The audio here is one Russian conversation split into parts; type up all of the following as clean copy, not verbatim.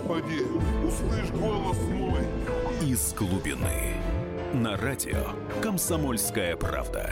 Господи, услышь голос мой. Из глубины. На радио «Комсомольская правда».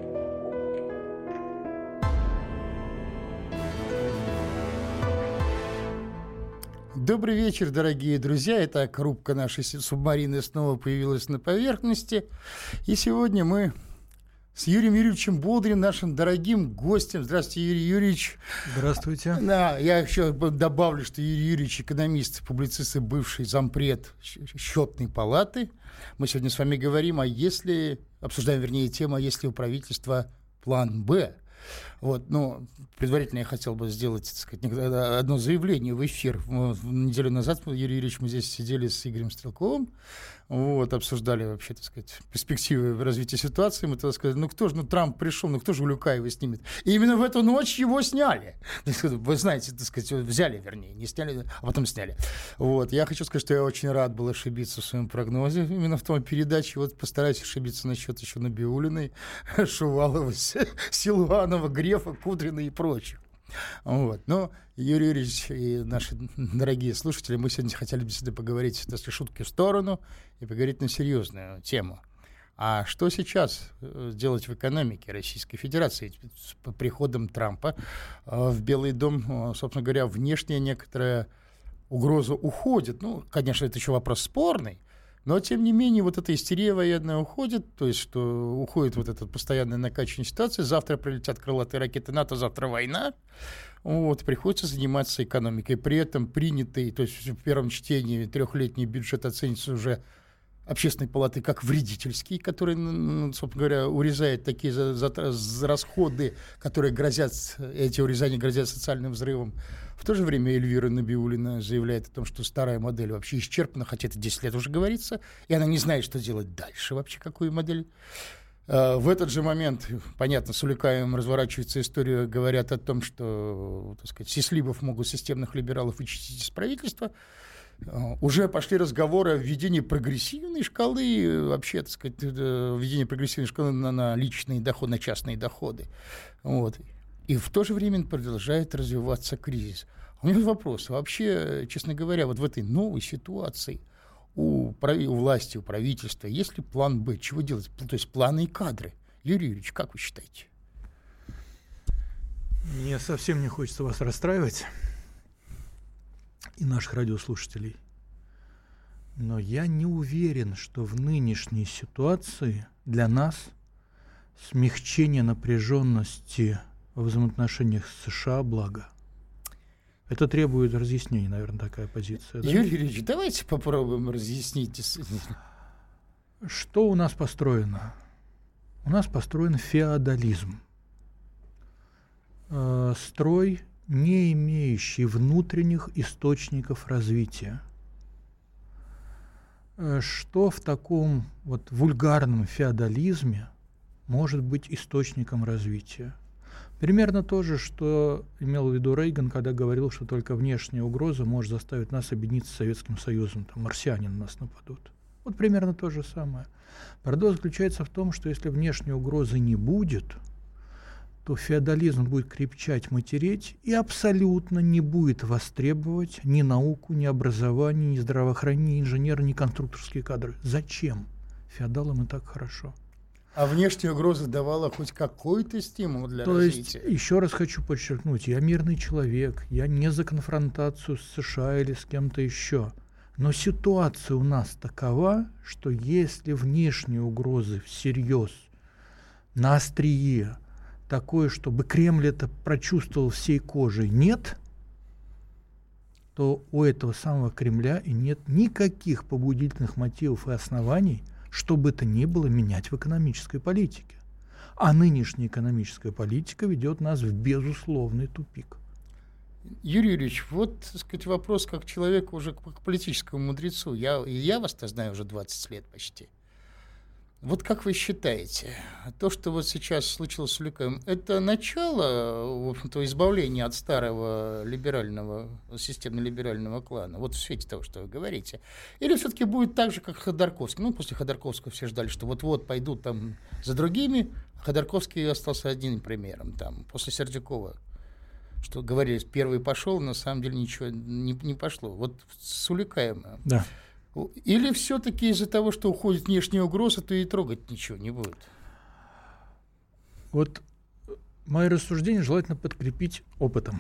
Добрый вечер, дорогие друзья. Итак, рубка нашей субмарины снова появилась на поверхности. И сегодня мы с Юрием Юрьевичем Болдырем, нашим дорогим гостем. Здравствуйте, Юрий Юрьевич. Здравствуйте. Да, я еще добавлю, что Юрий Юрьевич экономист, публицист и бывший зампред счетной палаты. Мы сегодня с вами говорим, обсуждаем, вернее, тему, есть ли у правительства план «Б». Вот, но предварительно я хотел бы сделать, так сказать, одно заявление в эфир. Неделю назад, Юрий Юрьевич, мы здесь сидели с Игорем Стрелковым, вот, обсуждали вообще, так сказать, перспективы развития ситуации. Мы тогда сказали, Трамп пришел, кто же Улюкаева снимет? И именно в эту ночь его сняли. Вы знаете, так сказать, взяли, вернее, не сняли, а потом сняли. Вот, я хочу сказать, что я очень рад был ошибиться в своем прогнозе именно в том передаче. Вот постараюсь ошибиться насчет еще Набиуллиной, Шувалова, Силуанова, Грефа, Кудрина и прочих. Вот. Но, Юрий Юрьевич и наши дорогие слушатели, мы сегодня хотели бы поговорить, если шутки в сторону, и поговорить на серьезную тему. А что сейчас делать в экономике Российской Федерации с приходом Трампа в Белый дом? Собственно говоря, внешняя некоторая угроза уходит. Конечно, это еще вопрос спорный, но, тем не менее, вот эта истерия военная уходит, то есть, что уходит вот эта постоянная накачивание ситуации, завтра прилетят крылатые ракеты НАТО, завтра война, вот, приходится заниматься экономикой. При этом принятый, то есть в первом чтении трехлетний бюджет оценится уже Общественной палаты как вредительский, который, собственно говоря, урезает такие расходы, которые эти урезания грозят социальным взрывом. В то же время Эльвира Набиуллина заявляет о том, что старая модель вообще исчерпана, хотя это 10 лет уже говорится, и она не знает, что делать дальше вообще, какую модель. В этот же момент, понятно, с Улюкаевым разворачивается история, говорят о том, что, так сказать, сислибов могут системных либералов вычистить из правительства. Уже пошли разговоры о введении прогрессивной шкалы, вообще, так сказать, введение прогрессивной шкалы на личные доходы, на частные доходы. Вот. И в то же время продолжает развиваться кризис. У меня вопрос. Вообще, честно говоря, вот в этой новой ситуации у власти, у правительства есть ли план «Б»? Чего делать? То есть планы и кадры. Юрий Юрьевич, как вы считаете? Мне совсем не хочется вас расстраивать и наших радиослушателей. Но я не уверен, что в нынешней ситуации для нас смягчение напряженности во взаимоотношениях с США благо. Это требует разъяснений, наверное, такая позиция. Да? Юрий Юрьевич, давайте попробуем разъяснить. Что у нас построено? У нас построен феодализм. Строй, не имеющий внутренних источников развития. Что в таком вот вульгарном феодализме может быть источником развития? Примерно то же, что имел в виду Рейган, когда говорил, что только внешняя угроза может заставить нас объединиться с Советским Союзом, там марсиане на нас нападут. Вот примерно то же самое. Парадокс заключается в том, что если внешней угрозы не будет, то феодализм будет крепчать, матереть и абсолютно не будет востребовать ни науку, ни образование, ни здравоохранение, ни инженеры, ни конструкторские кадры. Зачем? Феодалам и так хорошо. А внешняя угроза давала хоть какой-то стимул для развития? То есть, еще раз хочу подчеркнуть, я мирный человек, я не за конфронтацию с США или с кем-то еще. Но ситуация у нас такова, что если внешние угрозы всерьез, на острие, такое, чтобы Кремль это прочувствовал всей кожей, нет, то у этого самого Кремля и нет никаких побудительных мотивов и оснований, что бы то ни было менять в экономической политике. А нынешняя экономическая политика ведет нас в безусловный тупик. Юрий Юрьевич, вот, так сказать, вопрос как человеку уже к политическому мудрецу. Я вас-то знаю уже 20 лет почти. Вот как вы считаете, то, что вот сейчас случилось с Улюкаевым, это начало, в общем-то, избавления от старого системно-либерального клана, вот в свете того, что вы говорите? Или все-таки будет так же, как Ходорковский? После Ходорковского все ждали, что вот-вот пойдут там за другими. Ходорковский остался одним примером, там, после Сердюкова. что говорили, первый пошел, на самом деле ничего не пошло. Вот с Улюкаевым. Да. Или все-таки из-за того, что уходит внешняя угроза, то и трогать ничего не будет? Вот мои рассуждения желательно подкрепить опытом.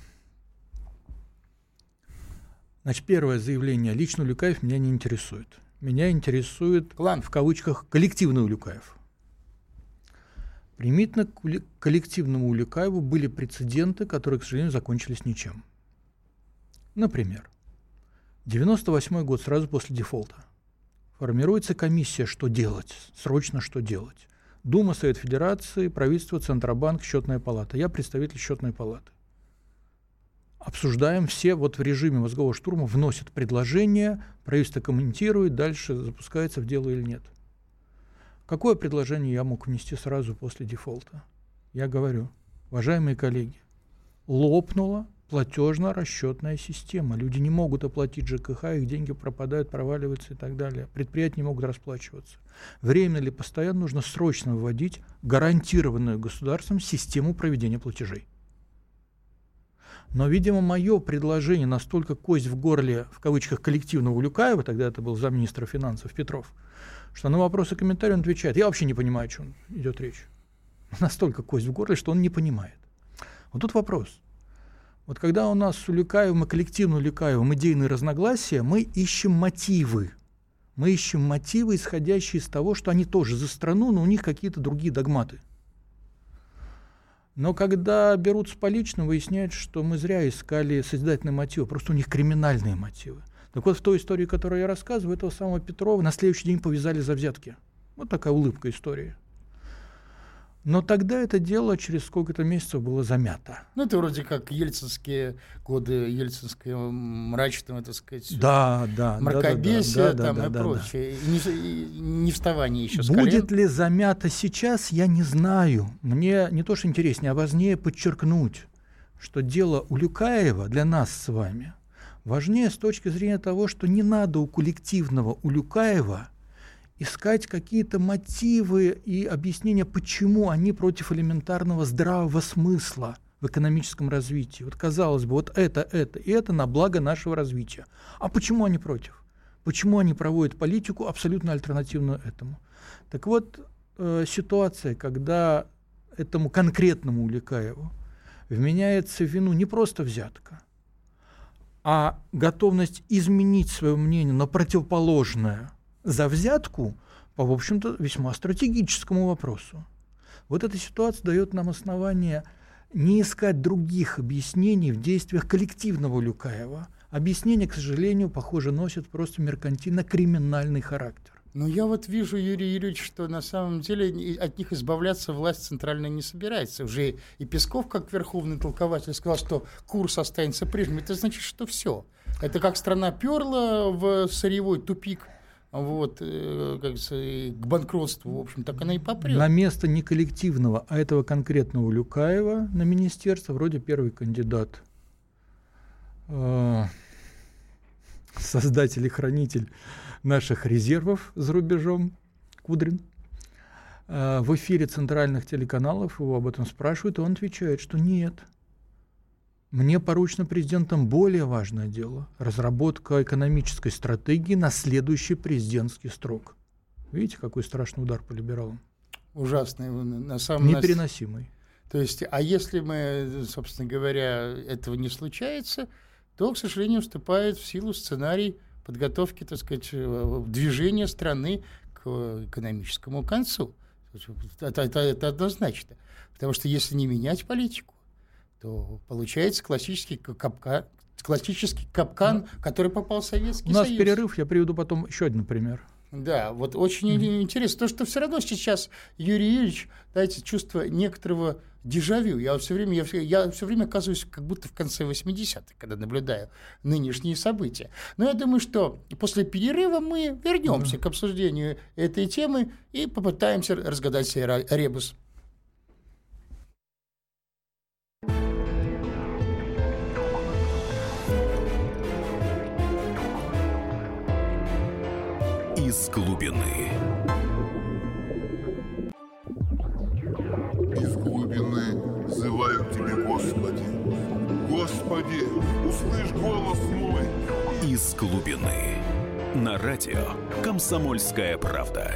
Значит, первое заявление. Лично Улюкаев меня не интересует. Меня интересует, Клан. в кавычках, коллективный Улюкаев. Примитивно к коллективному Улюкаеву были прецеденты, которые, к сожалению, закончились ничем. Например, 98 год, сразу после дефолта. Формируется комиссия, что делать, срочно что делать. Дума, Совет Федерации, правительство, Центробанк, Счетная палата. Я представитель Счетной палаты. Обсуждаем все, вот в режиме мозгового штурма вносят предложения, правительство комментирует, дальше запускается в дело или нет. Какое предложение я мог внести сразу после дефолта? Я говорю, уважаемые коллеги, лопнула платежно-расчетная система. Люди не могут оплатить ЖКХ, их деньги пропадают, проваливаются и так далее. Предприятия не могут расплачиваться. Временно или постоянно нужно срочно вводить гарантированную государством систему проведения платежей. Но, видимо, мое предложение настолько кость в горле, в кавычках, коллективного Улюкаева, тогда это был замминистра финансов Петров, что на вопросы и комментарии он отвечает. Я вообще не понимаю, о чем идет речь. Настолько кость в горле, что он не понимает. Вот тут вопрос. Вот когда у нас с Улюкаевым и коллективным Улюкаевым идейные разногласия, мы ищем мотивы. Мы ищем мотивы, исходящие из того, что они тоже за страну, но у них какие-то другие догматы. Но когда берутся по личному, выясняется, что мы зря искали созидательные мотивы, просто у них криминальные мотивы. Так вот, в той истории, которую я рассказываю, этого самого Петрова на следующий день повязали за взятки. Вот такая улыбка истории. Но тогда это дело через сколько-то месяцев было замято. Ну, это вроде как ельцинские годы, ельцинское мрачное, так сказать, мракобесие там и прочее. И не вставание еще с колен. Будет ли замято сейчас, я не знаю. Мне не то, что интереснее, а важнее подчеркнуть, что дело Улюкаева для нас с вами важнее с точки зрения того, что не надо у коллективного Улюкаева искать какие-то мотивы и объяснения, почему они против элементарного здравого смысла в экономическом развитии. Вот казалось бы, вот это и это на благо нашего развития. А почему они против? Почему они проводят политику абсолютно альтернативную этому? Так вот, ситуация, когда этому конкретному Улюкаеву вменяется в вину не просто взятка, а готовность изменить свое мнение на противоположное за взятку по, в общем-то, весьма стратегическому вопросу. Вот эта ситуация дает нам основание не искать других объяснений в действиях коллективного Улюкаева. Объяснения, к сожалению, похоже, носят просто меркантильно-криминальный характер. Но я вот вижу, Юрий Юрьевич, что на самом деле от них избавляться власть центральная не собирается. Уже и Песков, как верховный толкователь, сказал, что курс останется прежним. Это значит, что все. Это как страна перла в сырьевой тупик, вот, как говорится, к банкротству, в общем, так она и попрет. На место не коллективного, а этого конкретного Улюкаева на министерство вроде первый кандидат, создатель и хранитель наших резервов за рубежом, Кудрин. В эфире центральных телеканалов его об этом спрашивают, и он отвечает, что нет. Мне поручено президентом более важное дело – разработка экономической стратегии на следующий президентский срок. Видите, какой страшный удар по либералам? Ужасный, на самом деле. Непереносимый. То есть, а если мы, собственно говоря, этого не случается, то, к сожалению, вступает в силу сценарий подготовки, так сказать, движения страны к экономическому концу. Это однозначно. Потому что если не менять политику, то получается классический капкан, который попал в Советский Союз. У нас перерыв, я приведу потом еще один пример. Да, вот очень интересно. То, что все равно сейчас, Юрий Юрьевич, дайте чувство некоторого дежавю. Я все время оказываюсь как будто в конце 80-х, когда наблюдаю нынешние события. Но я думаю, что после перерыва мы вернемся к обсуждению этой темы и попытаемся разгадать сей ребус. Из глубины. Из глубины взываю к тебе, Господи. Господи, услышь голос мой. Из глубины. На радио «Комсомольская правда».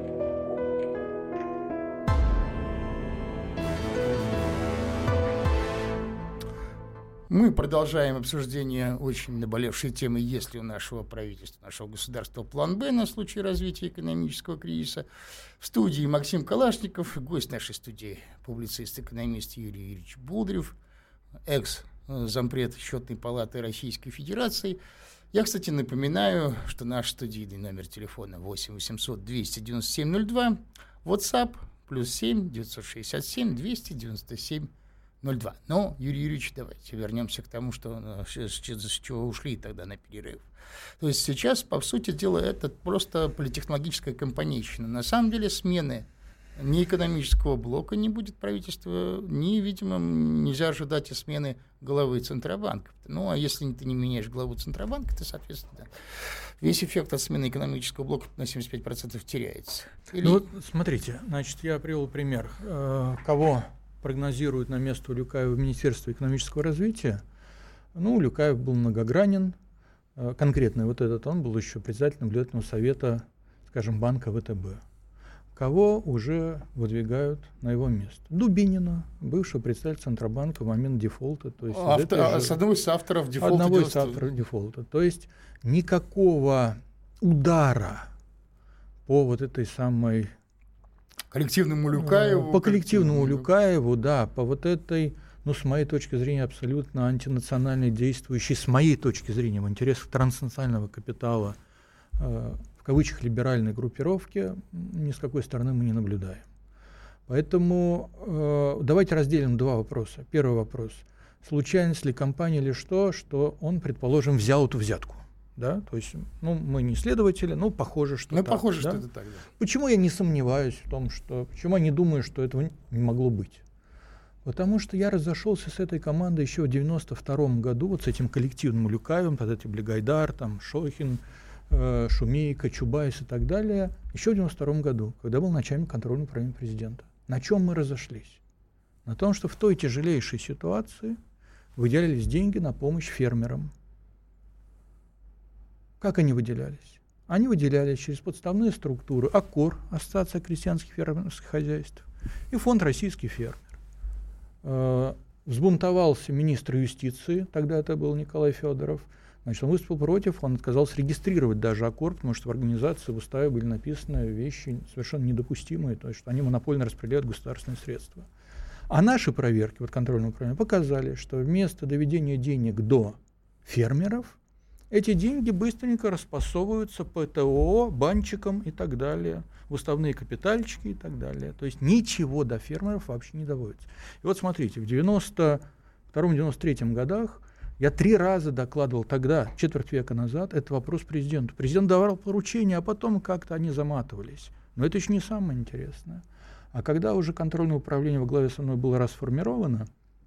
Мы продолжаем обсуждение очень наболевшей темы, есть ли у нашего правительства, нашего государства план «Б» на случай развития экономического кризиса. В студии Максим Калашников, гость нашей студии, публицист-экономист Юрий Юрьевич Болдырев, экс-зампред Счетной палаты Российской Федерации. Я, кстати, напоминаю, что наш студийный номер телефона 8 800 297 02, WhatsApp +7 967 297 02. Но, Юрий Юрьевич, давайте вернемся к тому, с чего ушли тогда на перерыв. То есть сейчас, по сути дела, это просто политтехнологическая компанейщина. На самом деле смены ни экономического блока не будет правительства, ни, видимо, нельзя ожидать и смены главы Центробанка. Ну, а если ты не меняешь главу Центробанка, то, соответственно, весь эффект от смены экономического блока на 75% теряется. Ну, вот смотрите, значит, я привел пример. Кого прогнозируют на место Улюкаева в Министерстве экономического развития? Ну, Улюкаев был многогранен. Конкретно вот этот он был еще председателем наблюдательного совета, скажем, банка ВТБ. Кого уже выдвигают на его место? Дубинина, бывшего председателя Центробанка в момент дефолта. То есть одного из авторов дефолта. Одного из авторов дефолта. То есть никакого удара по вот этой самой... коллективному Улюкаеву. По коллективному Улюкаеву, да, по вот этой, ну, с моей точки зрения, абсолютно антинациональной, действующей, с моей точки зрения, в интересах транснационального капитала, в кавычках, либеральной группировки, ни с какой стороны мы не наблюдаем. Поэтому давайте разделим два вопроса. Первый вопрос. Случайность ли компания или что он, предположим, взял эту взятку? Да? То есть, ну, мы не следователи, но похоже, что так. Похоже, да? что это так, да. Почему я не сомневаюсь в том, почему я не думаю, что этого не могло быть? Потому что я разошелся с этой командой еще в 1992 году, вот с этим коллективным Улюкаевым, тогда это были Гайдар, там, Шохин, Шумейко, Чубайс и так далее, еще в 1992 году, когда был начальник контрольного управления президента. На чем мы разошлись? На том, что в той тяжелейшей ситуации выделялись деньги на помощь фермерам. Как они выделялись? Они выделялись через подставные структуры АККОР, Ассоциация крестьянских фермерских хозяйств, и фонд «Российский фермер». Взбунтовался министр юстиции, тогда это был Николай Федоров. Значит, он выступил против, он отказался регистрировать даже АККОР, потому что в организации, в уставе были написаны вещи совершенно недопустимые, то есть что они монопольно распределяют государственные средства. А наши проверки, вот контрольного управления, показали, что вместо доведения денег до фермеров, эти деньги быстренько распасовываются по ТО, банчикам и так далее, в уставные капитальчики и так далее. То есть ничего до фермеров вообще не доводится. И вот смотрите, в 1992-1993 годах я 3 раза докладывал тогда, четверть века назад, этот вопрос президенту. Президент давал поручения, а потом как-то они заматывались. Но это еще не самое интересное. А когда уже контрольное управление во главе со мной было расформировано,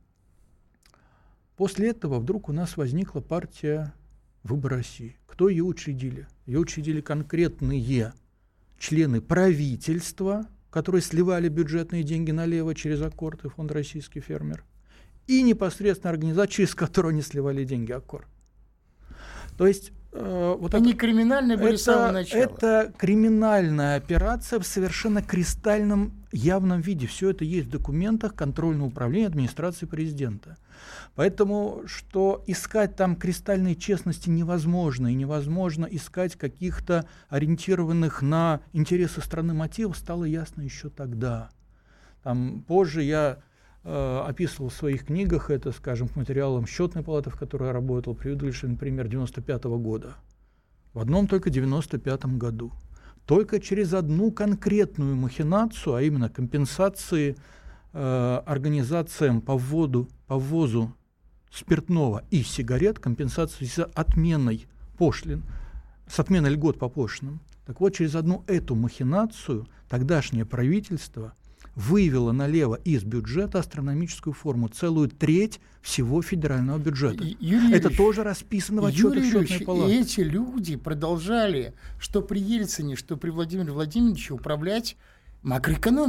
после этого вдруг у нас возникла партия «Выбор России». Кто ее учредили? Ее учредили конкретные члены правительства, которые сливали бюджетные деньги налево через АККОР и фонд «Российский фермер», и непосредственно организация, через которую они сливали деньги, АККОР. То есть вот они криминальные были с самого начала. Это криминальная операция в совершенно кристальном явном виде. Все это есть в документах контрольного управления администрации президента. Поэтому, что искать там кристальной честности невозможно, и невозможно искать каких-то ориентированных на интересы страны мотивов, стало ясно еще тогда. Там позже я описывал в своих книгах это, скажем, к материалам Счетной палаты, в которой я работал, приведу лишь, например, 1995 года. В одном только 1995 году. Только через одну конкретную махинацию, а именно компенсации организациям по ввозу спиртного и сигарет, компенсации с отменой пошлин, с отменой льгот по пошлинам. Так вот, через одну эту махинацию тогдашнее правительство вывела налево из бюджета астрономическую форму, целую треть всего федерального бюджета. Это тоже расписано в отчетах Счетной палаты. И эти люди продолжали, что при Ельцине, что при Владимире Владимировиче, управлять макроэкономикой.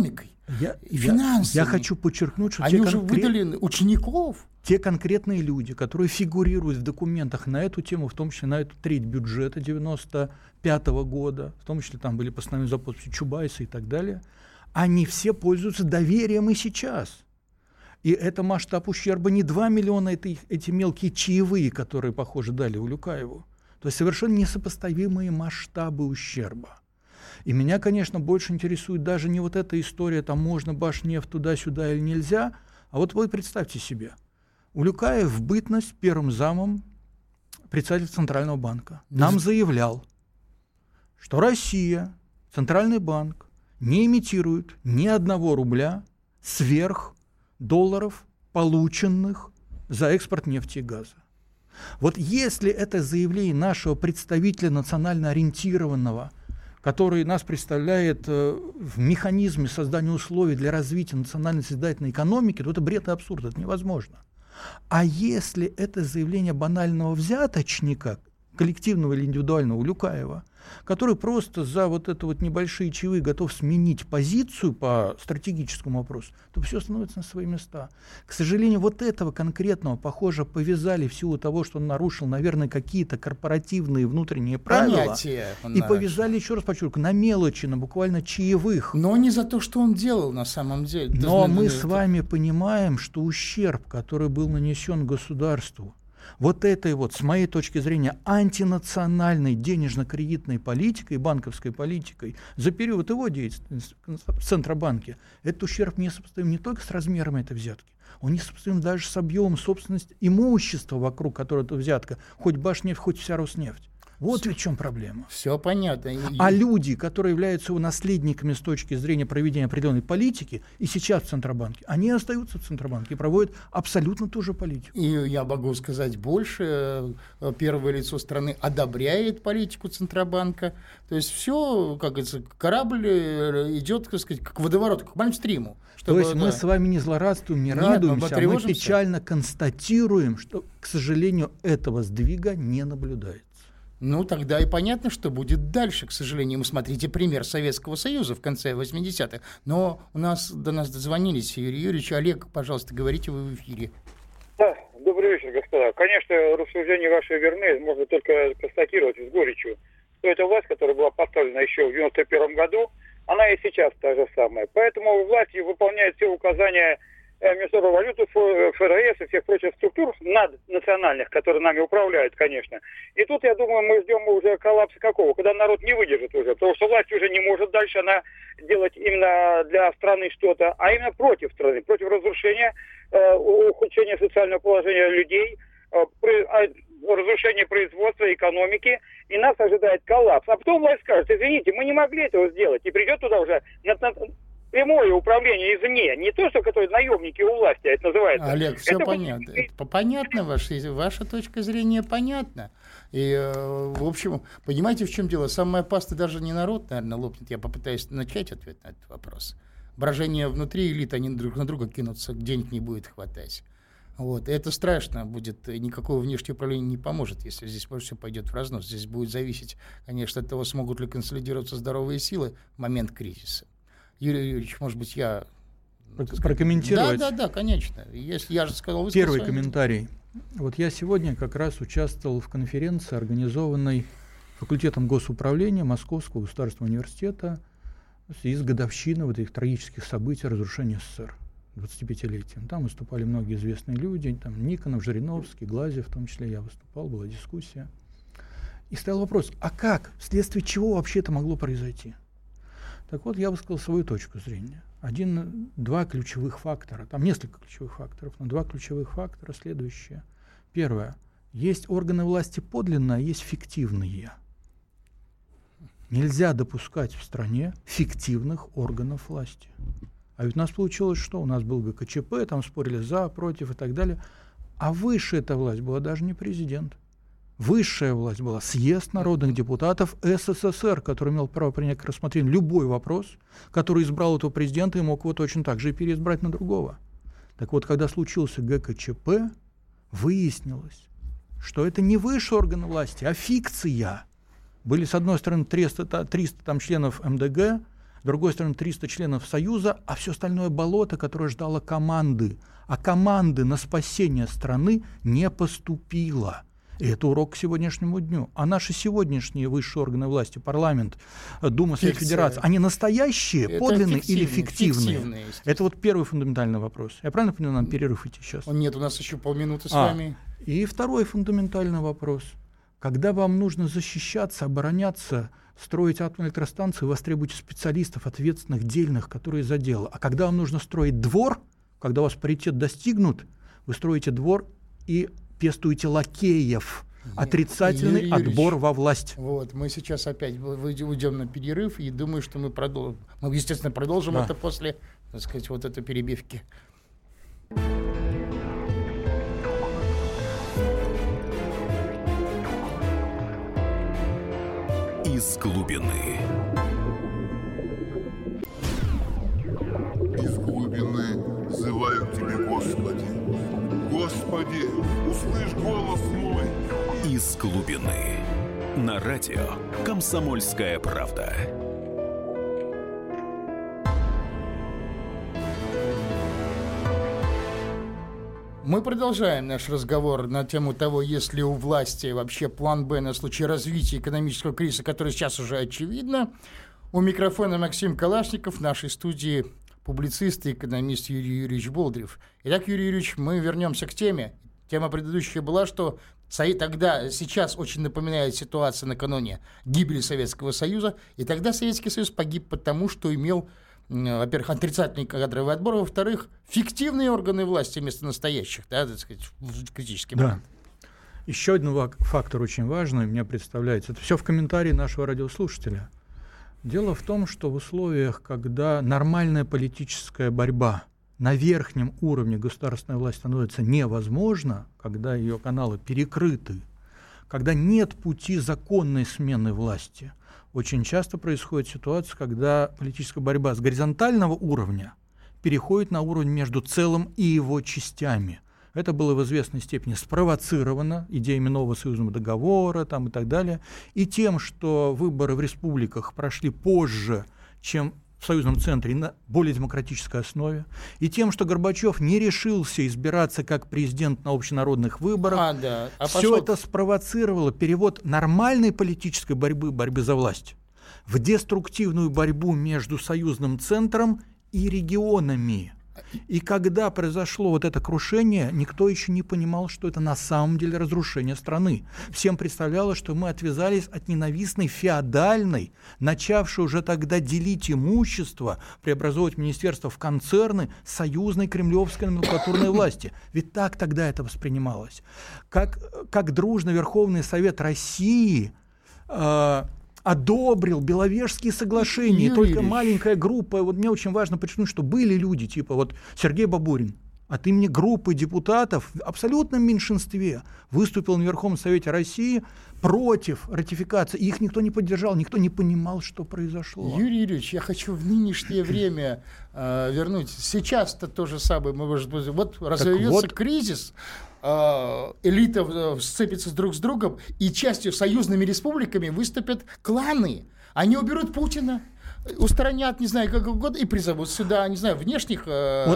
и финансами. Я хочу подчеркнуть, что они уже выдали учеников. Те конкретные люди, которые фигурируют в документах на эту тему, в том числе на эту треть бюджета 1995 года, в том числе там были постановления за подписью Чубайса и так далее, они все пользуются доверием и сейчас. И это масштаб ущерба не 2 миллиона, это эти мелкие чаевые, которые, похоже, дали Улюкаеву. То есть совершенно несопоставимые масштабы ущерба. И меня, конечно, больше интересует даже не вот эта история, там можно Башнефть туда-сюда или нельзя, а вот вы представьте себе, Улюкаев в бытность первым замом председателя Центрального банка нам заявлял, что Россия, Центральный банк, не имитирует ни 1 рубля сверх долларов, полученных за экспорт нефти и газа. Вот если это заявление нашего представителя национально ориентированного, который нас представляет в механизме создания условий для развития национальной созидательной экономики, то это бред и абсурд, это невозможно. А если это заявление банального взяточника, коллективного или индивидуального Улюкаева, который просто за вот это вот небольшие чаевые готов сменить позицию по стратегическому вопросу, то все становится на свои места. К сожалению, вот этого конкретного, похоже, повязали в силу того, что он нарушил, наверное, какие-то корпоративные внутренние правила. И повязали, еще раз подчеркиваю, на мелочи, на буквально чаевых. Но не за то, что он делал на самом деле. Но мы с вами понимаем, что ущерб, который был нанесен государству, вот этой вот, с моей точки зрения, антинациональной денежно-кредитной политикой, банковской политикой за период его деятельности в Центробанке, этот ущерб несопоставим не только с размером этой взятки, он несопоставим даже с объемом собственности имущества, вокруг которого эта взятка, хоть Башнефть, хоть вся Роснефть. Вот ведь в чем проблема. Все понятно. А люди, которые являются его наследниками с точки зрения проведения определенной политики, и сейчас в Центробанке, они остаются в Центробанке и проводят абсолютно ту же политику. И я могу сказать больше. Первое лицо страны одобряет политику Центробанка. То есть все, как говорится, корабль идет, так сказать, как водоворот, как к Мальмстриму. То есть мы с вами не злорадствуем, не радуемся, мы печально констатируем, что, к сожалению, этого сдвига не наблюдается. Ну, тогда и понятно, что будет дальше, к сожалению. Мы смотрите пример Советского Союза в конце 80-х. Но до нас дозвонились, Юрий Юрьевич. Олег, пожалуйста, говорите, вы в эфире. Да, добрый вечер, господа. Конечно, рассуждения ваши верны, можно только констатировать с горечью, что эта власть, которая была поставлена еще в 91 году, она и сейчас та же самая. Поэтому власть выполняет все указания Международного валюты, ФРС и всех прочих структур наднациональных, которые нами управляют, конечно. И тут, я думаю, мы ждем уже коллапса какого, когда народ не выдержит уже, потому что власть уже не может дальше она делать именно для страны что-то, а именно против страны, против разрушения, ухудшения социального положения людей, разрушения производства, экономики, и нас ожидает коллапс. А потом власть скажет, извините, мы не могли этого сделать, и придет туда уже прямое управление извне, не то, что которые наемники у власти, это называется. Олег, все понятно. Понятно, ваша точка зрения понятна. И, в общем, понимаете, в чем дело? Самая паста даже не народ, наверное, лопнет. Я попытаюсь начать ответ на этот вопрос. Брожение внутри элит, они друг на друга кинутся, денег не будет хватать. Вот. И это страшно будет. Никакого внешнего управления не поможет, если здесь все пойдет в разнос. Здесь будет зависеть, конечно, от того, смогут ли консолидироваться здоровые силы в момент кризиса. Юрий Юрьевич, может быть, я... Прокомментировать? Да, конечно. Если я же сказал... Первый комментарий. Вот я сегодня как раз участвовал в конференции, организованной факультетом госуправления Московского государственного университета в связи с годовщиной вот этих трагических событий разрушения СССР, 25-летием. Там выступали многие известные люди, там Никонов, Жириновский, Глазьев, в том числе я выступал, была дискуссия. И стоял вопрос, а как, вследствие чего вообще это могло произойти? Так вот, я высказал свою точку зрения. Два ключевых фактора, там несколько ключевых факторов, но два ключевых фактора следующие. Первое. Есть органы власти подлинные, а есть фиктивные. Нельзя допускать в стране фиктивных органов власти. А ведь у нас получилось что? У нас был ГКЧП, там спорили за, против и так далее. А выше эта власть была даже не президент. Высшая власть была съезд народных депутатов СССР, который имел право принять к рассмотрению любой вопрос, который избрал этого президента и мог его точно так же и переизбрать на другого. Так вот, когда случился ГКЧП, выяснилось, что это не высший орган власти, а фикция. Были, с одной стороны, 300 там, членов МДГ, с другой стороны 300 членов Союза, а все остальное болото, которое ждало команды. А команды на спасение страны не поступило. И это урок к сегодняшнему дню. А наши сегодняшние высшие органы власти, парламент, Дума Совет Федерации, они настоящие, это подлинные или фиктивные? Это вот первый фундаментальный вопрос. Я правильно понимаю, нам перерыв идти сейчас? Нет, у нас еще полминуты с вами. И второй фундаментальный вопрос. Когда вам нужно защищаться, обороняться, строить атомные электростанции, вы требуете специалистов, ответственных, дельных, которые за дело. А когда вам нужно строить двор, когда у вас паритет достигнут, вы строите двор и пестуете лакеев. Отрицательный Юрий отбор Юрьевич, во власть. Вот, мы сейчас опять уйдем на перерыв, и думаю, что мы продолжим. Мы, естественно, продолжим это после, так сказать, вот этой перебивки. Из глубины. Из глубины взываю к тебе, Господи. Господи, услышь голос мой. Из глубины. На радио «Комсомольская правда». Мы продолжаем наш разговор на тему того, есть ли у власти вообще план «Б» на случай развития экономического кризиса, который сейчас уже очевидно. У микрофона Максим Калашников, в нашей студии публицист и экономист Юрий Юрьевич Болдырев. Итак, Юрий Юрьевич, мы вернемся к теме. Тема предыдущая была, что сейчас очень напоминает ситуация накануне гибели Советского Союза, и тогда Советский Союз погиб потому, что имел, во-первых, отрицательный кадровый отбор, во-вторых, фиктивные органы власти вместо настоящих, да, так сказать, в критический момент. Да. Еще один фактор очень важный, мне представляется, это все в комментарии нашего радиослушателя. Дело в том, что в условиях, когда нормальная политическая борьба на верхнем уровне государственной власти становится невозможна, когда ее каналы перекрыты, когда нет пути законной смены власти, очень часто происходит ситуация, когда политическая борьба с горизонтального уровня переходит на уровень между целым и его частями. Это было в известной степени спровоцировано идеями нового союзного договора там, и так далее, и тем, что выборы в республиках прошли позже, чем в союзном центре, на более демократической основе, и тем, что Горбачев не решился избираться как президент на общенародных выборах. Все это спровоцировало перевод нормальной политической борьбы за власть в деструктивную борьбу между союзным центром и регионами. И когда произошло вот это крушение, никто еще не понимал, что это на самом деле разрушение страны. Всем представлялось, что мы отвязались от ненавистной феодальной, начавшей уже тогда делить имущество, преобразовывать министерство в концерны союзной кремлевской номенклатурной власти. Ведь так тогда это воспринималось. Как дружно Верховный Совет России одобрил Беловежские соглашения. Юрий Только Ильич. маленькая группа, вот мне очень важно подчеркнуть, что были люди, типа вот Сергей Бабурин, от имени группы депутатов в абсолютном меньшинстве выступил на Верховном Совете России против ратификации. Их никто не поддержал, никто не понимал, что произошло. Юрий Юрьевич, я хочу в нынешнее время вернуть. Сейчас-то то же самое. Вот разовьется кризис, элита сцепится друг с другом, и частью союзными республиками выступят кланы. Они уберут Путина, устранят, не знаю, как угодно, и призовут сюда, не знаю, внешних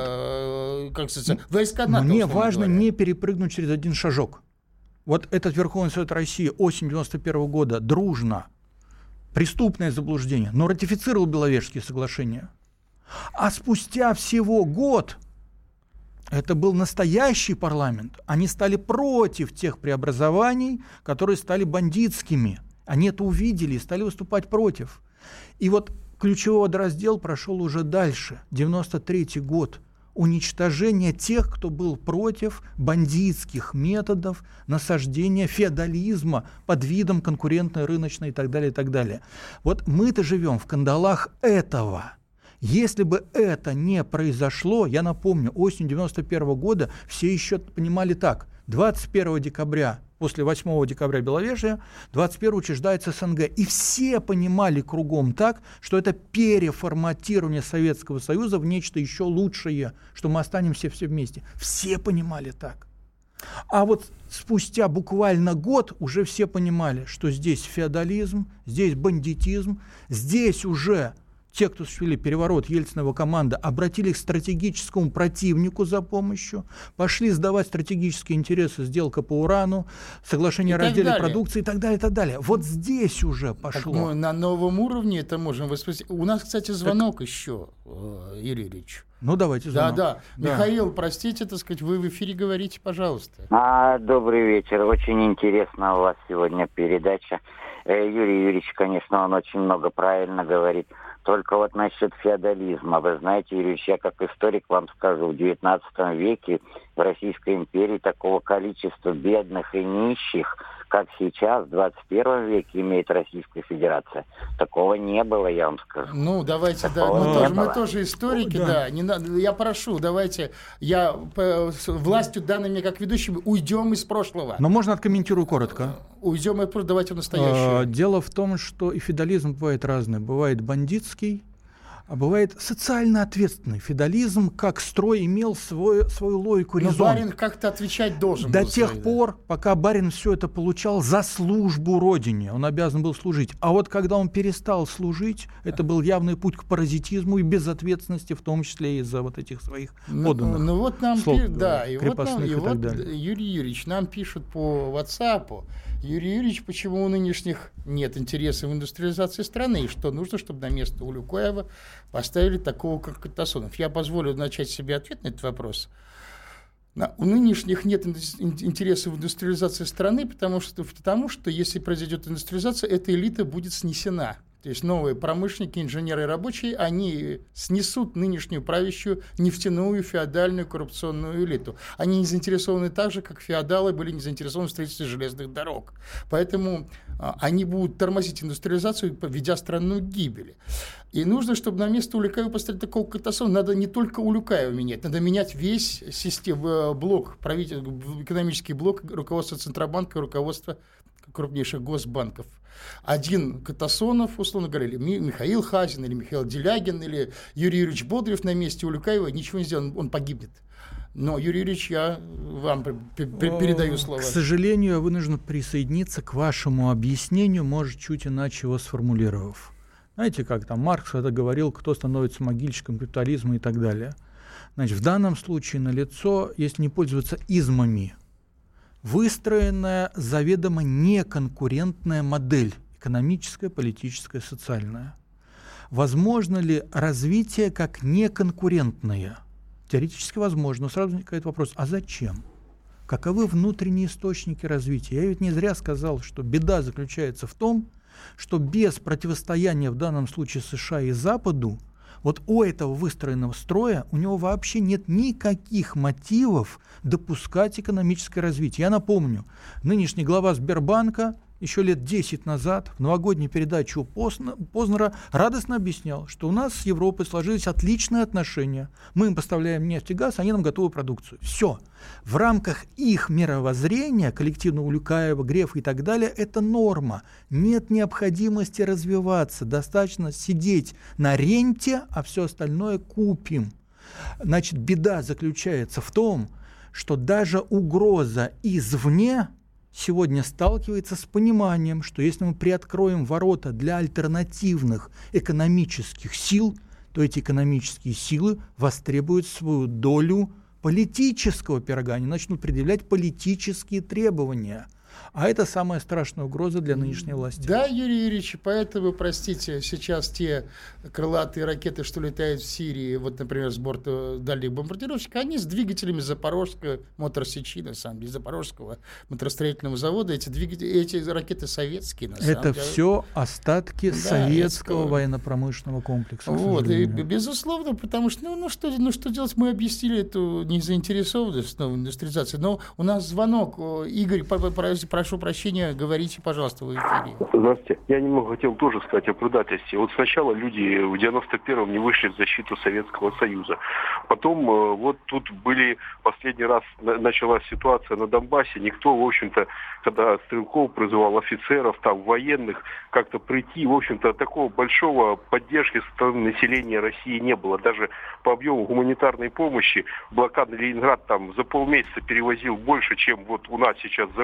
войска НАТО. Мне важно не перепрыгнуть через один шажок. Вот этот Верховный Совет России осень 91 года дружно, преступное заблуждение, но ратифицировал Беловежские соглашения. А спустя всего год, это был настоящий парламент, они стали против тех преобразований, которые стали бандитскими. Они это увидели и стали выступать против. И вот ключевой водораздел прошел уже дальше, 93 год. Уничтожение тех, кто был против бандитских методов насаждения феодализма под видом конкурентной, рыночной и так далее, и так далее. Вот мы-то живем в кандалах этого. Если бы это не произошло, я напомню, осенью 91 года все еще понимали так: 21 декабря, после 8 декабря Беловежья, 21 учреждается СНГ. И все понимали кругом так, что это переформатирование Советского Союза в нечто еще лучшее, что мы останемся все вместе. Все понимали так. А вот спустя буквально год уже все понимали, что здесь феодализм, здесь бандитизм, здесь уже те, кто осуществили переворот, Ельцин и его команда, обратились к стратегическому противнику за помощью, пошли сдавать стратегические интересы, сделка по урану, соглашение о разделе продукции и так далее, и так далее. Вот здесь уже пошло. Так мы на новом уровне это можем воспроизвести. У нас, кстати, звонок еще, Юрий Ильич. Ну, давайте звонок. Да. Михаил, простите, так сказать, вы в эфире говорите, пожалуйста. Добрый вечер. Очень интересна у вас сегодня передача. Юрий Юрьевич, конечно, он очень много правильно говорит. Только вот насчет феодализма. Вы знаете, Юрий Ильич, я как историк вам скажу, в XIX веке в Российской империи такого количества бедных и нищих, как сейчас, в 21 веке имеет Российская Федерация. Такого не было, я вам скажу. Ну, давайте, мы тоже историки, да. Не надо, я прошу, давайте, властью, данными как ведущим, уйдем из прошлого. Но можно откомментирую коротко. Уйдем, давайте в настоящее. Дело в том, что и феодализм бывает разный. Бывает бандитский, а бывает социально ответственный. Феодализм, как строй, имел свою логику, резон. Но барин как-то отвечать должен до был. Тех пор, пока барин все это получал за службу родине, он обязан был служить. А вот когда он перестал служить, это был явный путь к паразитизму и безответственности, в том числе из-за вот этих своих подданных. Ну вот нам крепостных и так далее. Юрий Юрьевич нам пишут по WhatsApp. Юрий Юрьевич, почему у нынешних нет интереса в индустриализации страны, и что нужно, чтобы на место Улюкаева поставили такого, как Катасонов. Я позволю начать себе ответ на этот вопрос. У нынешних нет интереса в индустриализации страны, потому что если произойдет индустриализация, эта элита будет снесена. То есть новые промышленники, инженеры и рабочие, они снесут нынешнюю правящую нефтяную, феодальную, коррупционную элиту. Они не заинтересованы так же, как феодалы были не заинтересованы в строительстве железных дорог. Поэтому они будут тормозить индустриализацию, ведя страну к гибели. И нужно, чтобы на место Улюкаева поставить такого Катасонова. Надо не только Улюкаева менять, надо менять весь блок, экономический блок руководства Центробанка, руководства крупнейших госбанков. Один Катасонов, условно говоря, или Михаил Хазин, или Михаил Делягин, или Юрий Юрьевич Бодрев на месте Улюкаева, ничего не сделано, он погибнет. Но, Юрий Юрьевич, я вам передаю слово. К сожалению, я вынужден присоединиться к вашему объяснению, может, чуть иначе его сформулировав. Знаете, как там Маркс это говорил, кто становится могильщиком капитализма и так далее. Значит, в данном случае налицо, если не пользоваться измами, выстроенная заведомо неконкурентная модель экономическая, политическая, социальная. Возможно ли развитие как неконкурентное? Теоретически возможно, но сразу возникает вопрос, а зачем? Каковы внутренние источники развития? Я ведь не зря сказал, что беда заключается в том, что без противостояния в данном случае США и Западу, вот у этого выстроенного строя у него вообще нет никаких мотивов допускать экономическое развитие. Я напомню, нынешний глава Сбербанка еще лет 10 назад в новогодней передаче у Познера радостно объяснял, что у нас с Европой сложились отличные отношения. Мы им поставляем нефть и газ, они нам готовую продукцию. Все. В рамках их мировоззрения, коллективного Улюкаева, Грефа и так далее, это норма. Нет необходимости развиваться. Достаточно сидеть на ренте, а все остальное купим. Значит, беда заключается в том, что даже угроза извне сегодня сталкивается с пониманием, что если мы приоткроем ворота для альтернативных экономических сил, то эти экономические силы востребуют свою долю политического пирога, они начнут предъявлять политические требования. А это самая страшная угроза для нынешней власти. Да, Юрий Юрьевич, поэтому, простите, сейчас те крылатые ракеты, что летают в Сирии, вот, например, с борта дальних бомбардировщиков, они с двигателями Запорожского моторсечи, на самом деле, Запорожского моторостроительного завода, эти ракеты советские, на самом деле. Это все остатки советского военно-промышленного комплекса. Вот, и, безусловно, потому что, что делать, мы объяснили эту незаинтересованность в новой индустриализации, но у нас звонок, Игорь, прошу прощения, говорите, пожалуйста, в эфире. Здравствуйте. Я немного хотел тоже сказать о предательстве. Вот сначала люди в 91-м не вышли в защиту Советского Союза. Потом вот тут были, последний раз началась ситуация на Донбассе. Никто, в общем-то, когда Стрелков призывал офицеров, там, военных, как-то прийти, в общем-то, такого большого поддержки со стороны населения России не было. Даже по объему гуманитарной помощи блокадный Ленинград там за полмесяца перевозил больше, чем вот у нас сейчас за год перевозит.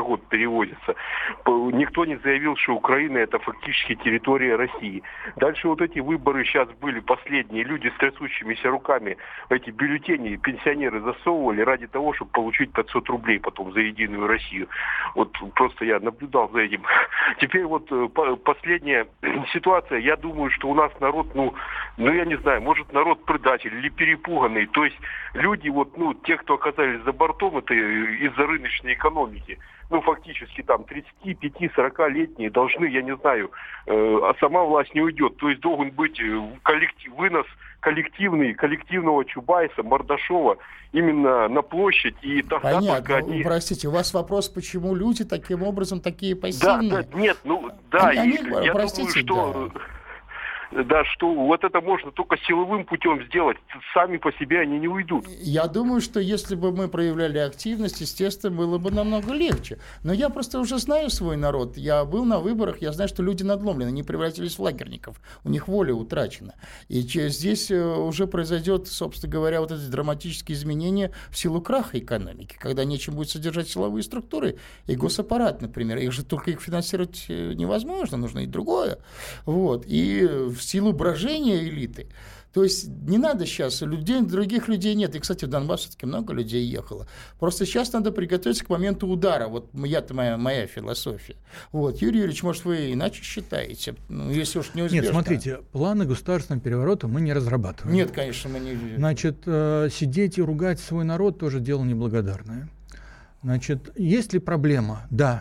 перевозятся. Никто не заявил, что Украина это фактически территория России. Дальше вот эти выборы сейчас были последние. Люди с трясущимися руками эти бюллетени пенсионеры засовывали ради того, чтобы получить 500 рублей потом за Единую Россию. Вот просто я наблюдал за этим. Теперь вот последняя ситуация. Я думаю, что у нас народ, я не знаю, может народ предатель или перепуганный. То есть люди, те, кто оказались за бортом, это из-за рыночной экономики. Фактически там 35-40-летние должны, я не знаю, а сама власть не уйдет. То есть должен быть вынос коллективного Чубайса, Мордашова именно на площадь. И тогда понятно. они... Простите, у вас вопрос, почему люди таким образом такие пассивные? Я думаю, что... Да, что вот это можно только силовым путем сделать. Сами по себе они не уйдут. Я думаю, что если бы мы проявляли активность, естественно, было бы намного легче. Но я просто уже знаю свой народ. Я был на выборах, я знаю, что люди надломлены, они превратились в лагерников. У них воля утрачена. И здесь уже произойдет, собственно говоря, вот эти драматические изменения в силу краха экономики, когда нечем будет содержать силовые структуры и госаппарат, например. Их же только их финансировать невозможно, нужно и другое. И в силу брожения элиты. То есть не надо сейчас, других людей нет. И, кстати, в Донбасс все-таки много людей ехало. Просто сейчас надо приготовиться к моменту удара. Вот моя философия. Юрий Юрьевич, может, вы иначе считаете? Если уж неизбежно. Нет, смотрите, планы государственного переворота мы не разрабатываем. Нет, конечно, мы не... Значит, сидеть и ругать свой народ тоже дело неблагодарное. Значит, есть ли проблема? Да,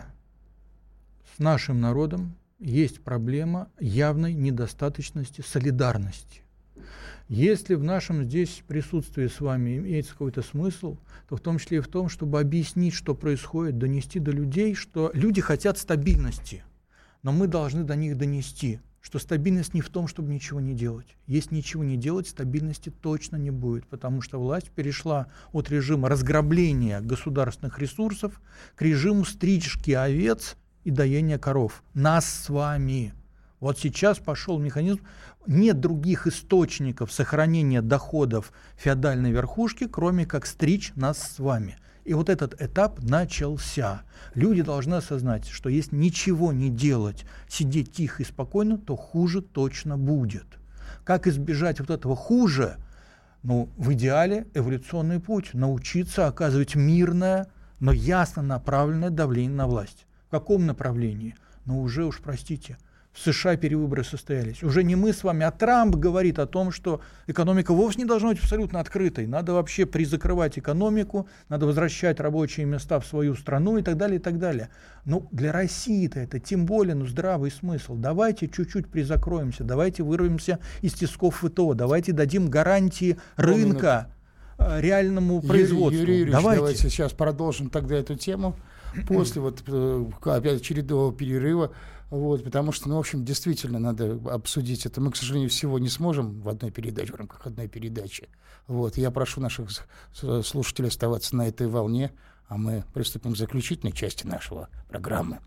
с нашим народом есть проблема явной недостаточности солидарности. Если в нашем здесь присутствии с вами имеется какой-то смысл, то в том числе и в том, чтобы объяснить, что происходит, донести до людей, что люди хотят стабильности, но мы должны до них донести, что стабильность не в том, чтобы ничего не делать. Если ничего не делать, стабильности точно не будет, потому что власть перешла от режима разграбления государственных ресурсов к режиму стрижки овец и доение коров. Нас с вами. Вот сейчас пошел механизм. Нет других источников сохранения доходов феодальной верхушки, кроме как стричь нас с вами. И вот этот этап начался. Люди должны осознать, что если ничего не делать, сидеть тихо и спокойно, то хуже точно будет. Как избежать вот этого хуже? В идеале эволюционный путь. Научиться оказывать мирное, но ясно направленное давление на власть. В каком направлении? Уже простите, в США перевыборы состоялись. Уже не мы с вами, а Трамп говорит о том, что экономика вовсе не должна быть абсолютно открытой. Надо вообще призакрывать экономику, надо возвращать рабочие места в свою страну и так далее, и так далее. Для России-то это тем более здравый смысл. Давайте чуть-чуть призакроемся, давайте вырвемся из тисков ВТО, давайте дадим гарантии рынка реальному производству. Юрий Юрьевич, давайте сейчас продолжим тогда эту тему после опять очередного перерыва. Потому что, в общем, действительно надо обсудить это. Мы, к сожалению, всего не сможем в рамках одной передачи. Я прошу наших слушателей оставаться на этой волне, а мы приступим к заключительной части нашего программы.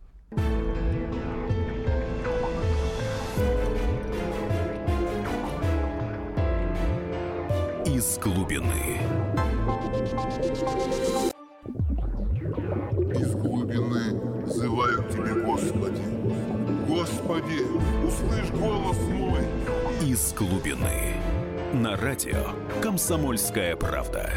Из глубины. Из глубины взывают тебе, Господи. Господи, услышь голос мой. Из глубины. На радио «Комсомольская правда».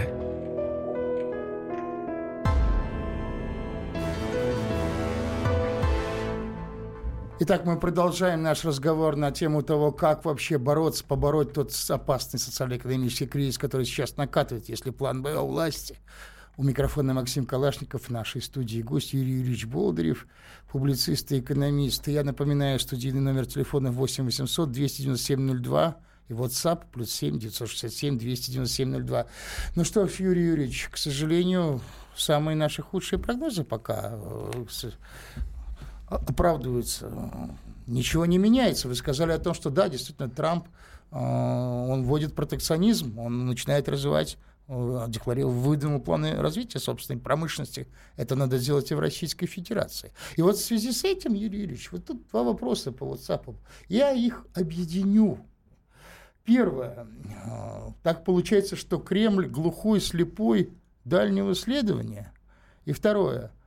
Итак, мы продолжаем наш разговор на тему того, как вообще побороть тот опасный социально-экономический кризис, который сейчас накатывает, если план Б у власти. У микрофона Максим Калашников, в нашей студии гость Юрий Юрьевич Болдырев, публицист и экономист. Я напоминаю, студийный номер телефона 8 800 297 02 и WhatsApp +7 967 297 02. Ну что ж, Юрий Юрьевич, к сожалению, самые наши худшие прогнозы пока оправдываются. Ничего не меняется. Вы сказали о том, что да, действительно, Трамп, он вводит протекционизм, он начинает развивать, выдвинул планы развития собственной промышленности. Это надо сделать и в Российской Федерации. И в связи с этим, Юрий Юрьевич, тут два вопроса по WhatsApp. Я их объединю. Первое. Так получается, что Кремль глухой, слепой дальнего следования. И второе.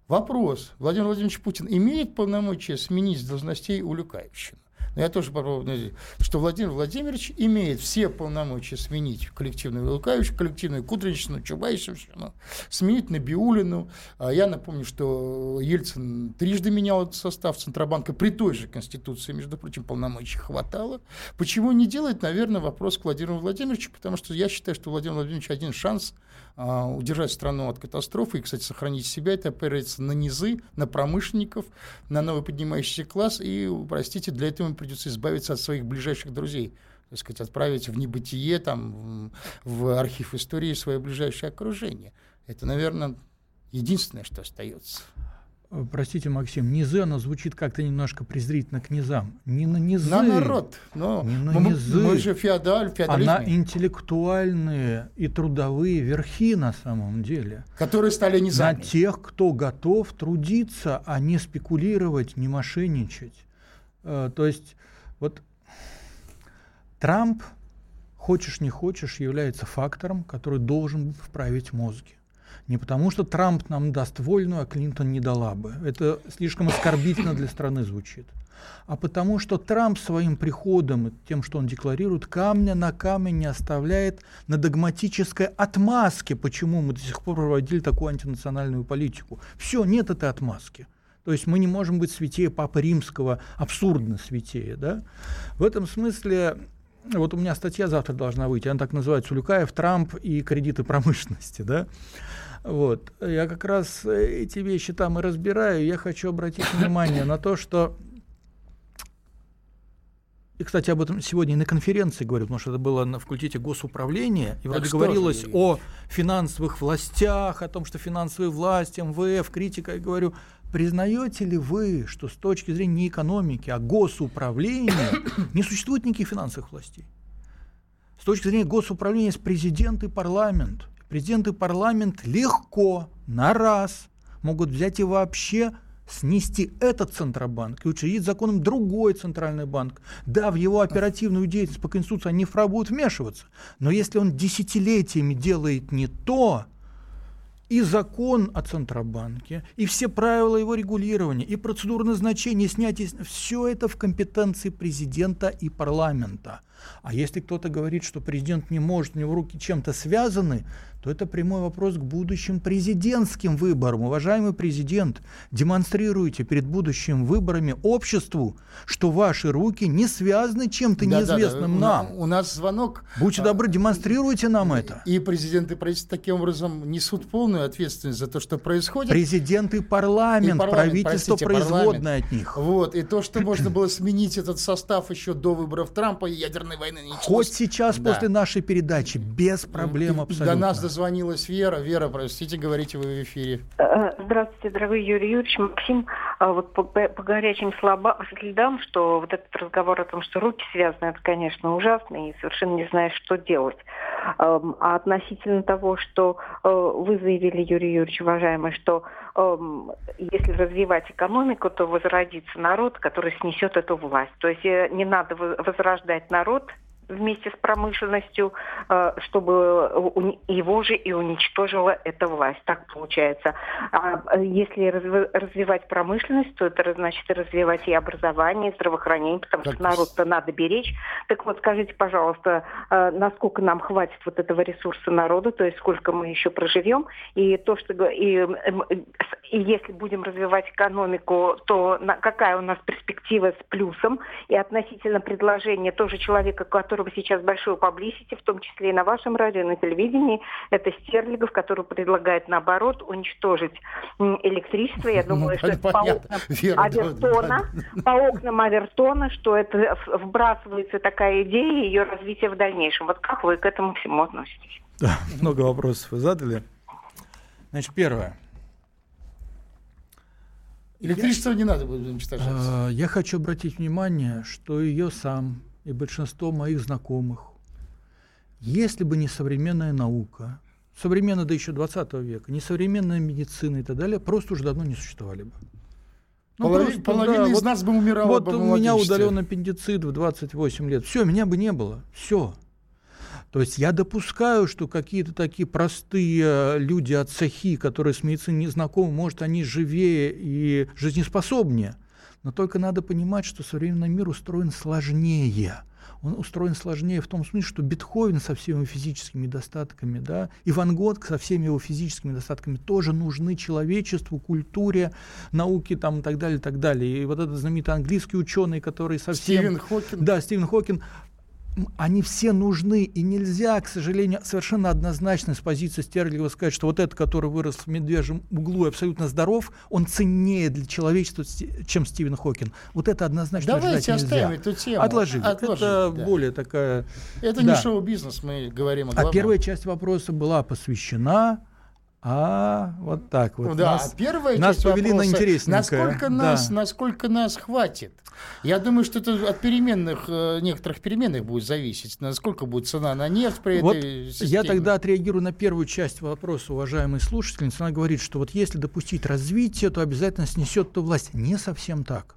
Вопрос. Владимир Владимирович Путин имеет полномочия сменить должностей Улюкаевщину? Но я тоже попробую, что Владимир Владимирович имеет все полномочия сменить коллективную Улюкаевщину, коллективную Кудринщину, Чубайсовщину, сменить Набиуллину. Я напомню, что Ельцин трижды менял этот состав Центробанка при той же Конституции, между прочим, полномочий хватало. Почему не делает, наверное, вопрос к Владимиру Владимировичу, потому что я считаю, что у Владимира Владимировича один шанс удержать страну от катастрофы и, кстати, сохранить себя, это опирается на низы, на промышленников, на новый поднимающийся класс, и, простите, для этого им придется избавиться от своих ближайших друзей, так сказать, отправить в небытие, там, в архив истории свое ближайшее окружение. Это, наверное, единственное, что остается. Простите, Максим, низы, оно звучит как-то немножко презрительно к низам. Не на низы. На народ. Но не на низы. Мы же феодализм. А на интеллектуальные и трудовые верхи на самом деле. Которые стали низами. На тех, кто готов трудиться, а не спекулировать, не мошенничать. То есть вот Трамп, хочешь не хочешь, является фактором, который должен вправить мозги. Не потому, что Трамп нам даст вольную, а Клинтон не дала бы. Это слишком оскорбительно для страны звучит. А потому, что Трамп своим приходом и тем, что он декларирует, камня на камень не оставляет на догматической отмазке, почему мы до сих пор проводили такую антинациональную политику. Все, нет этой отмазки. То есть мы не можем быть святее Папы Римского, абсурдно святее. Да? В этом смысле... Вот у меня статья завтра должна выйти, она так называется «Улюкаев, Трамп и кредиты промышленности». Да? Вот. Я как раз эти вещи там и разбираю. Я хочу обратить внимание на то, что... И, кстати, об этом сегодня и на конференции говорю, потому что это было на факультете госуправления, и вроде говорилось о финансовых властях, о том, что финансовые власти, МВФ, критика. Я говорю, признаете ли вы, что с точки зрения не экономики, а госуправления не существует никаких финансовых властей? С точки зрения госуправления есть президент и парламент. Президент и парламент легко, на раз, могут взять и вообще снести этот Центробанк и учредить законом другой Центральный банк. Да, в его оперативную деятельность по Конституции они вправе будут вмешиваться, но если он десятилетиями делает не то, и закон о Центробанке, и все правила его регулирования, и процедура назначения, снятия, все это в компетенции президента и парламента. А если кто-то говорит, что президент не может, у него руки чем-то связаны, то это прямой вопрос к будущим президентским выборам. Уважаемый президент, демонстрируйте перед будущими выборами обществу, что ваши руки не связаны чем-то неизвестным нам. У нас звонок. Будьте добры, демонстрируйте нам это. И президент и правительство таким образом несут полную ответственность за то, что происходит. Президент и парламент, правительство производное от них. Вот. И то, что можно было сменить этот состав еще до выборов Трампа и ядерной войны. Хоть сейчас, после нашей передачи, без проблем абсолютно. До нас дозвонилась Вера. Вера, простите, говорите вы в эфире. Здравствуйте, дорогой Юрий Юрьевич, Максим. Вот по горячим следам, что вот этот разговор о том, что руки связаны, это, конечно, ужасно, и совершенно не знаешь, что делать. А относительно того, что вы заявили, Юрий Юрьевич, уважаемый, что если развивать экономику, то возродится народ, который снесет эту власть. То есть не надо возрождать народ вместе с промышленностью, чтобы его же и уничтожила эта власть. Так получается. А если развивать промышленность, то это значит развивать и образование, и здравоохранение, потому что народ-то надо беречь. Так вот, скажите, пожалуйста, насколько нам хватит вот этого ресурса народа, то есть сколько мы еще проживем, и то, что и если будем развивать экономику, то какая у нас перспектива с плюсом, и относительно предложения тоже человека, который сейчас большой паблисити, в том числе и на вашем радио, на телевидении, это Стерлигов, который предлагает, наоборот, уничтожить электричество. Я думаю, что это по окнам Авертона, что это вбрасывается такая идея, ее развитие в дальнейшем. Вот как вы к этому всему относитесь? Да, много вопросов вы задали. Значит, первое. Электричество не надо будет уничтожать. Я хочу обратить внимание, что ее сам и большинство моих знакомых, если бы не современная наука, современная до еще 20 века, не современная медицина и так далее, просто уже давно не существовали бы. Половина из нас бы умирала. Вот у меня удален аппендицит в 28 лет. Все, меня бы не было. Все. То есть я допускаю, что какие-то такие простые люди от цехи, которые с медициной не знакомы, может, они живее и жизнеспособнее. Но только надо понимать, что современный мир устроен сложнее. Он устроен сложнее в том смысле, что Бетховен со всеми его физическими недостатками, да, и Ван Гог со всеми его физическими недостатками тоже нужны человечеству, культуре, науке там, и так далее, и так далее. И вот этот знаменитый английский ученый, который совсем... Стивен Хокинг. Да, Стивен Хокинг. Они все нужны, и нельзя, к сожалению, совершенно однозначно с позиции Стерлигова сказать, что вот этот, который вырос в медвежьем углу и абсолютно здоров, он ценнее для человечества, чем Стивен Хокинг. Вот это однозначно давайте ожидать нельзя. Оставим эту тему. Отложили. Это да. Более такая... Это не шоу-бизнес, мы говорим о главном. А первая часть вопроса была посвящена... вот так вот. Да, первая часть повели вопроса, на интересненькое. Насколько нас хватит. Я думаю, что это от некоторых переменных будет зависеть. Насколько будет цена на нефть при этой системе. Я тогда отреагирую на первую часть вопроса, уважаемой слушательницы. Она говорит, что вот если допустить развитие, то обязательно снесет ту власть. Не совсем так.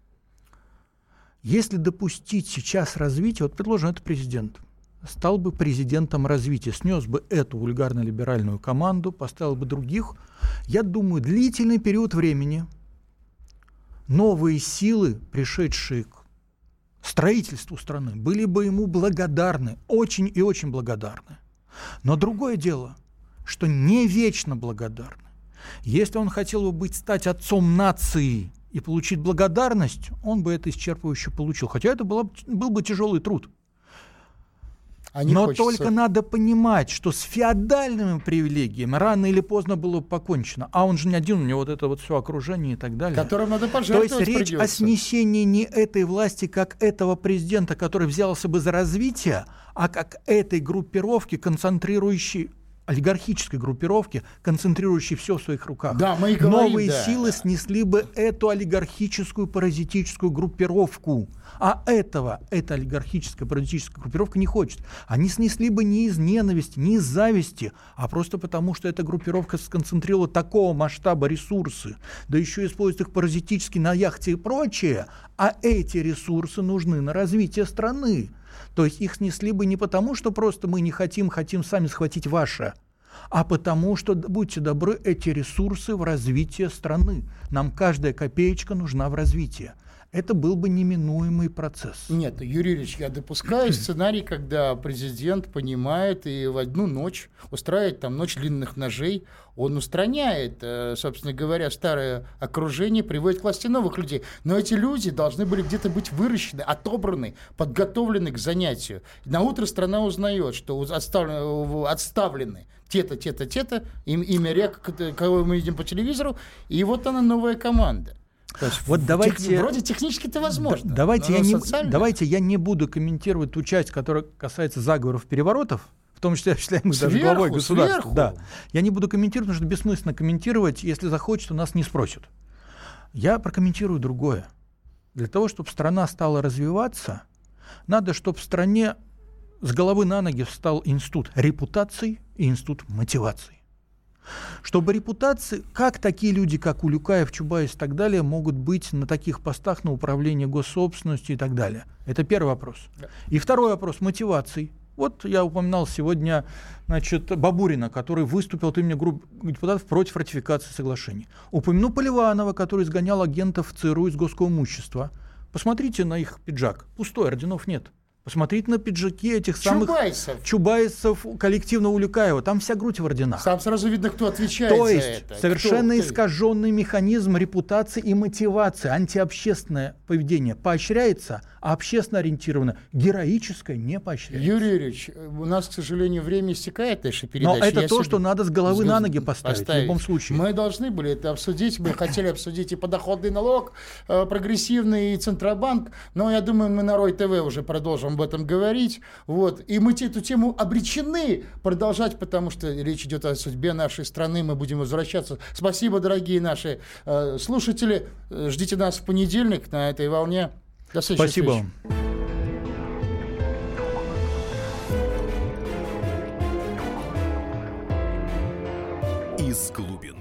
Если допустить сейчас развитие, вот предложен это президент, стал бы президентом развития, снес бы эту вульгарно-либеральную команду, поставил бы других. Я думаю, длительный период времени новые силы, пришедшие к строительству страны, были бы ему благодарны, очень и очень благодарны. Но другое дело, что не вечно благодарны. Если он хотел бы стать отцом нации и получить благодарность, он бы это исчерпывающе получил. Хотя это был бы тяжелый труд. Но только надо понимать, что с феодальными привилегиями рано или поздно было покончено. А он же не один, у него вот это вот все окружение и так далее. Которым надо пожертвовать. То есть речь о снесении не этой власти, как этого президента, который взялся бы за развитие, а как этой группировки, концентрирующей, олигархической группировки, концентрирующей все в своих руках. Да, мы и говорим, новые силы снесли бы эту олигархическую паразитическую группировку. А эта олигархическая паразитическая группировка не хочет. Они снесли бы не из ненависти, не из зависти, а просто потому, что эта группировка сконцентрировала такого масштаба ресурсы, да еще использует их паразитически на яхте и прочее, а эти ресурсы нужны на развитие страны. То есть их снесли бы не потому, что просто мы не хотим сами схватить ваше, а потому что, будьте добры, эти ресурсы в развитие страны. Нам каждая копеечка нужна в развитии. Это был бы неминуемый процесс. Нет, Юрий Юрьевич, я допускаю сценарий, когда президент понимает и в одну ночь устраивает там ночь длинных ножей, он устраняет, собственно говоря, старое окружение, приводит к власти новых людей. Но эти люди должны были где-то быть выращены, отобраны, подготовлены к занятию. На утро страна узнает, что отставлены те-то, имя рек, кого мы видим по телевизору, и вот она новая команда. Вот давайте, вроде технически это возможно. Давайте я не буду комментировать ту часть, которая касается заговоров-переворотов, в том числе осуществляемых даже главой государства. Да. Я не буду комментировать, потому что бессмысленно комментировать, если захочет, у нас не спросят. Я прокомментирую другое. Для того, чтобы страна стала развиваться, надо, чтобы в стране с головы на ноги встал институт репутации и институт мотивации. Чтобы репутации, как такие люди, как Улюкаев, Чубайс и так далее, могут быть на таких постах на управление госсобственностью и так далее. Это первый вопрос. И второй вопрос мотиваций. Вот я упоминал сегодня, Бабурина, который выступил от имени группы депутатов против ратификации соглашений. Упомяну Поливанова, который изгонял агентов ЦРУ из госского имущества. Посмотрите на их пиджак. Пустой, орденов нет. Посмотрите на пиджаки этих самых Чубайсов, коллективного Улюкаева. Там вся грудь в орденах. Там сразу видно, кто отвечает за это. То есть совершенно искаженный механизм репутации и мотивации. Антиобщественное поведение поощряется, а общественно ориентированное, героическое не поощряется. Юрий Юрьевич, у нас, к сожалению, время истекает нашей передачи. Но это что надо с головы на ноги поставить в любом случае. Мы должны были это обсудить. Мы хотели обсудить и подоходный налог, прогрессивный, и Центробанк. Но я думаю, мы на Рой-ТВ уже продолжим об этом говорить. Вот. И мы эту тему обречены продолжать, потому что речь идет о судьбе нашей страны. Мы будем возвращаться. Спасибо, дорогие наши слушатели. Ждите нас в понедельник на этой волне. До следующей встречи. Спасибо вам. Из глубин.